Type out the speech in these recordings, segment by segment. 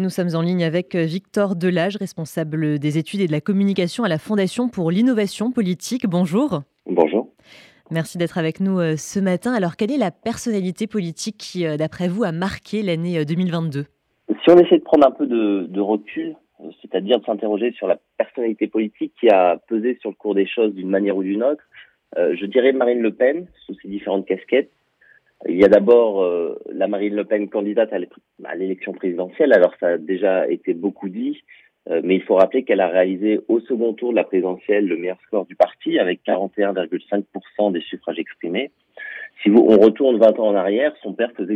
nous sommes en ligne avec Victor Delage, responsable des études et de la communication à la Fondation pour l'innovation politique. Bonjour. Bonjour. Merci d'être avec nous ce matin. Alors, quelle est la personnalité politique qui, d'après vous, a marqué l'année 2022 ? Si on essaie de prendre un peu de recul, c'est-à-dire de s'interroger sur la personnalité politique qui a pesé sur le cours des choses d'une manière ou d'une autre, je dirais Marine Le Pen, sous ses différentes casquettes. Il y a d'abord la Marine Le Pen candidate à l'élection présidentielle. Alors ça a déjà été beaucoup dit, mais il faut rappeler qu'elle a réalisé au second tour de la présidentielle le meilleur score du parti avec 41,5% des suffrages exprimés. Si on retourne 20 ans en arrière, son père faisait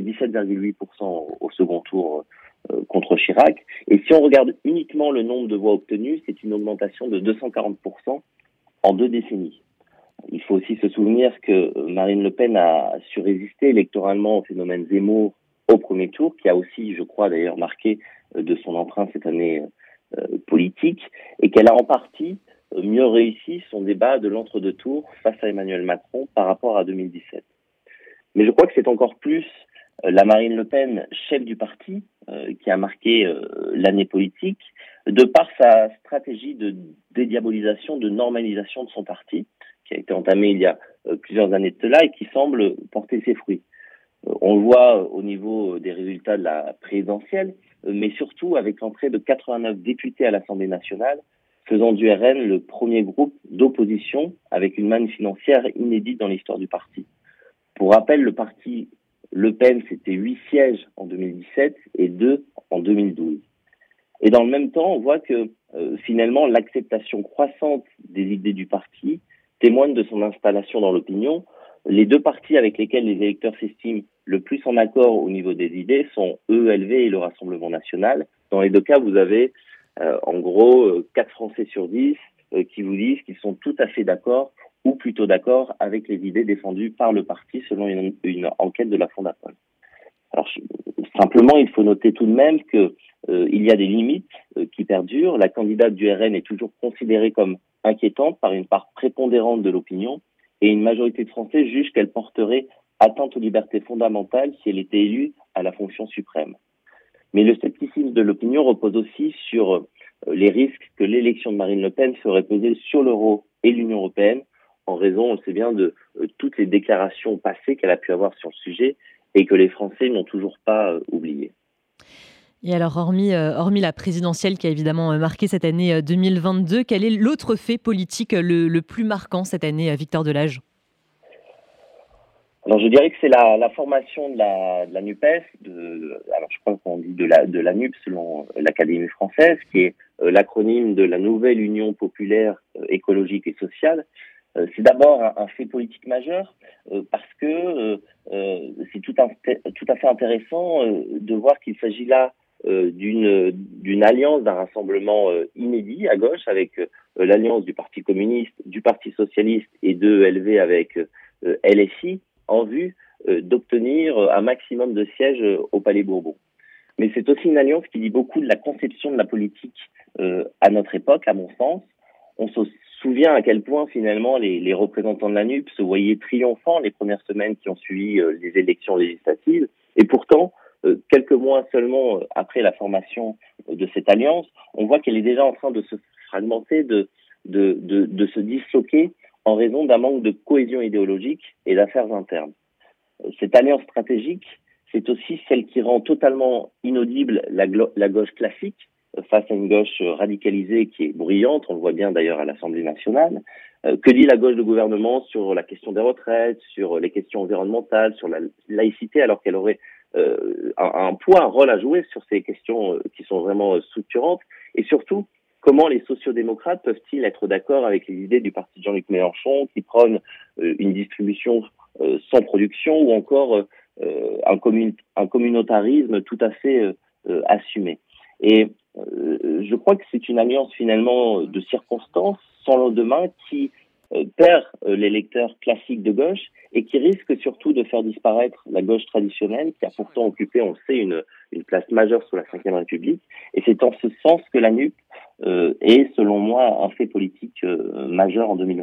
17,8% au second tour contre Chirac. Et si on regarde uniquement le nombre de voix obtenues, c'est une augmentation de 240% en 2 décennies. Il faut aussi se souvenir que Marine Le Pen a su résister électoralement au phénomène Zemmour au premier tour, qui a aussi, je crois d'ailleurs, marqué de son empreinte cette année politique, et qu'elle a en partie mieux réussi son débat de l'entre-deux tours face à Emmanuel Macron par rapport à 2017. Mais je crois que c'est encore plus la Marine Le Pen, chef du parti, qui a marqué l'année politique, de par sa stratégie de dédiabolisation, de normalisation de son parti, qui a été entamée il y a plusieurs années de cela et qui semble porter ses fruits. On le voit au niveau des résultats de la présidentielle, mais surtout avec l'entrée de 89 députés à l'Assemblée nationale, faisant du RN le premier groupe d'opposition avec une manne financière inédite dans l'histoire du parti. Pour rappel, le parti Le Pen, c'était 8 sièges en 2017 et 2 en 2012. Et dans le même temps, on voit que finalement, l'acceptation croissante des idées du parti témoigne de son installation dans l'opinion. Les 2 partis avec lesquels les électeurs s'estiment le plus en accord au niveau des idées sont EELV et le Rassemblement national. Dans les 2 cas, vous avez en gros 4 Français sur 10 qui vous disent qu'ils sont tout à fait d'accord ou plutôt d'accord avec les idées défendues par le parti selon une enquête de la Fondapol. Alors simplement, il faut noter tout de même que il y a des limites qui perdurent. La candidate du RN est toujours considérée comme inquiétante par une part prépondérante de l'opinion et une majorité de Français jugent qu'elle porterait atteinte aux libertés fondamentales si elle était élue à la fonction suprême. Mais le scepticisme de l'opinion repose aussi sur les risques que l'élection de Marine Le Pen ferait peser sur l'euro et l'Union européenne en raison, on le sait bien, de toutes les déclarations passées qu'elle a pu avoir sur le sujet et que les Français n'ont toujours pas oubliées. Et alors, hormis la présidentielle qui a évidemment marqué cette année 2022, quel est l'autre fait politique le plus marquant cette année, Victor Delage ? Alors je dirais que c'est la formation de la NUPES, alors je crois qu'on dit de la NUP selon l'Académie française, qui est l'acronyme de la nouvelle Union populaire écologique et sociale. C'est d'abord un fait politique majeur parce que c'est tout à fait intéressant de voir qu'il s'agit là d'une alliance, d'un rassemblement inédit à gauche avec l'alliance du Parti communiste, du Parti socialiste et de EELV avec LFI en vue d'obtenir un maximum de sièges au Palais Bourbon. Mais c'est aussi une alliance qui dit beaucoup de la conception de la politique à notre époque, à mon sens. On se souvient à quel point finalement les représentants de la NUP se voyaient triomphants les premières semaines qui ont suivi les élections législatives. Et pourtant, quelques mois seulement après la formation de cette alliance, on voit qu'elle est déjà en train de se fragmenter, de se disloquer en raison d'un manque de cohésion idéologique et d'affaires internes. Cette alliance stratégique, c'est aussi celle qui rend totalement inaudible la gauche classique face à une gauche radicalisée qui est brillante, on le voit bien d'ailleurs à l'Assemblée nationale. Que dit la gauche de gouvernement sur la question des retraites, sur les questions environnementales, sur la laïcité, alors qu'elle aurait un poids, un rôle à jouer sur ces questions qui sont vraiment structurantes, et surtout, comment les sociodémocrates peuvent-ils être d'accord avec les idées du parti de Jean-Luc Mélenchon qui prône une distribution sans production ou encore un communautarisme tout à fait assumé. Et je crois que c'est une alliance finalement de circonstances sans lendemain qui perd l'électeur classique de gauche et qui risque surtout de faire disparaître la gauche traditionnelle qui a pourtant occupé, on le sait, une place majeure sous la Ve République. Et c'est en ce sens que la NUP est, selon moi, un fait politique majeur en 2022.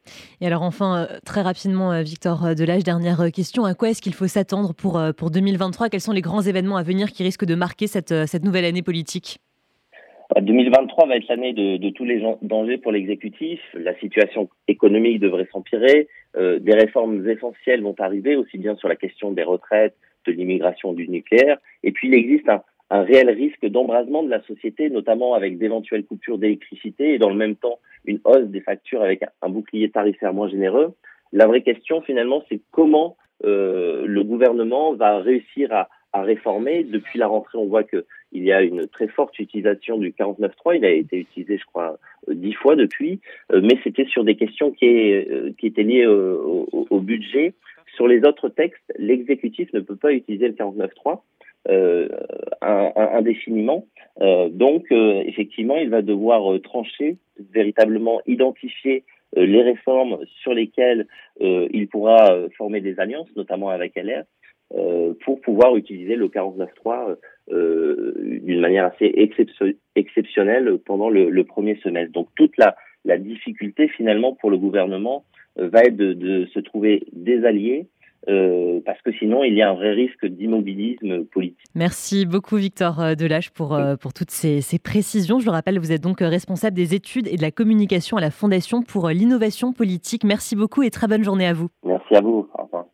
Et alors enfin, très rapidement, Victor Delage, dernière question. À quoi est-ce qu'il faut s'attendre pour 2023 ? Quels sont les grands événements à venir qui risquent de marquer cette nouvelle année politique ? 2023 va être l'année de tous les dangers pour l'exécutif. La situation économique devrait s'empirer. Des réformes essentielles vont arriver, aussi bien sur la question des retraites, de l'immigration, du nucléaire. Et puis, il existe un réel risque d'embrasement de la société, notamment avec d'éventuelles coupures d'électricité et dans le même temps, une hausse des factures avec un bouclier tarifaire moins généreux. La vraie question, finalement, c'est comment le gouvernement va réussir à réformer. Depuis la rentrée, on voit que il y a une très forte utilisation du 49.3. Il a été utilisé, je crois, 10 fois depuis, mais c'était sur des questions qui étaient liées au budget. Sur les autres textes, l'exécutif ne peut pas utiliser le 49.3 indéfiniment. Donc, effectivement, il va devoir trancher, véritablement identifier les réformes sur lesquelles il pourra former des alliances, notamment avec LR, pour pouvoir utiliser le 49.3 d'une manière assez exceptionnelle pendant le premier semestre. Donc toute la difficulté finalement pour le gouvernement va être de se trouver des alliés parce que sinon il y a un vrai risque d'immobilisme politique. Merci beaucoup Victor Delage pour toutes ces précisions. Je le rappelle, vous êtes donc responsable des études et de la communication à la Fondation pour l'innovation politique. Merci beaucoup et très bonne journée à vous. Merci à vous. Au revoir.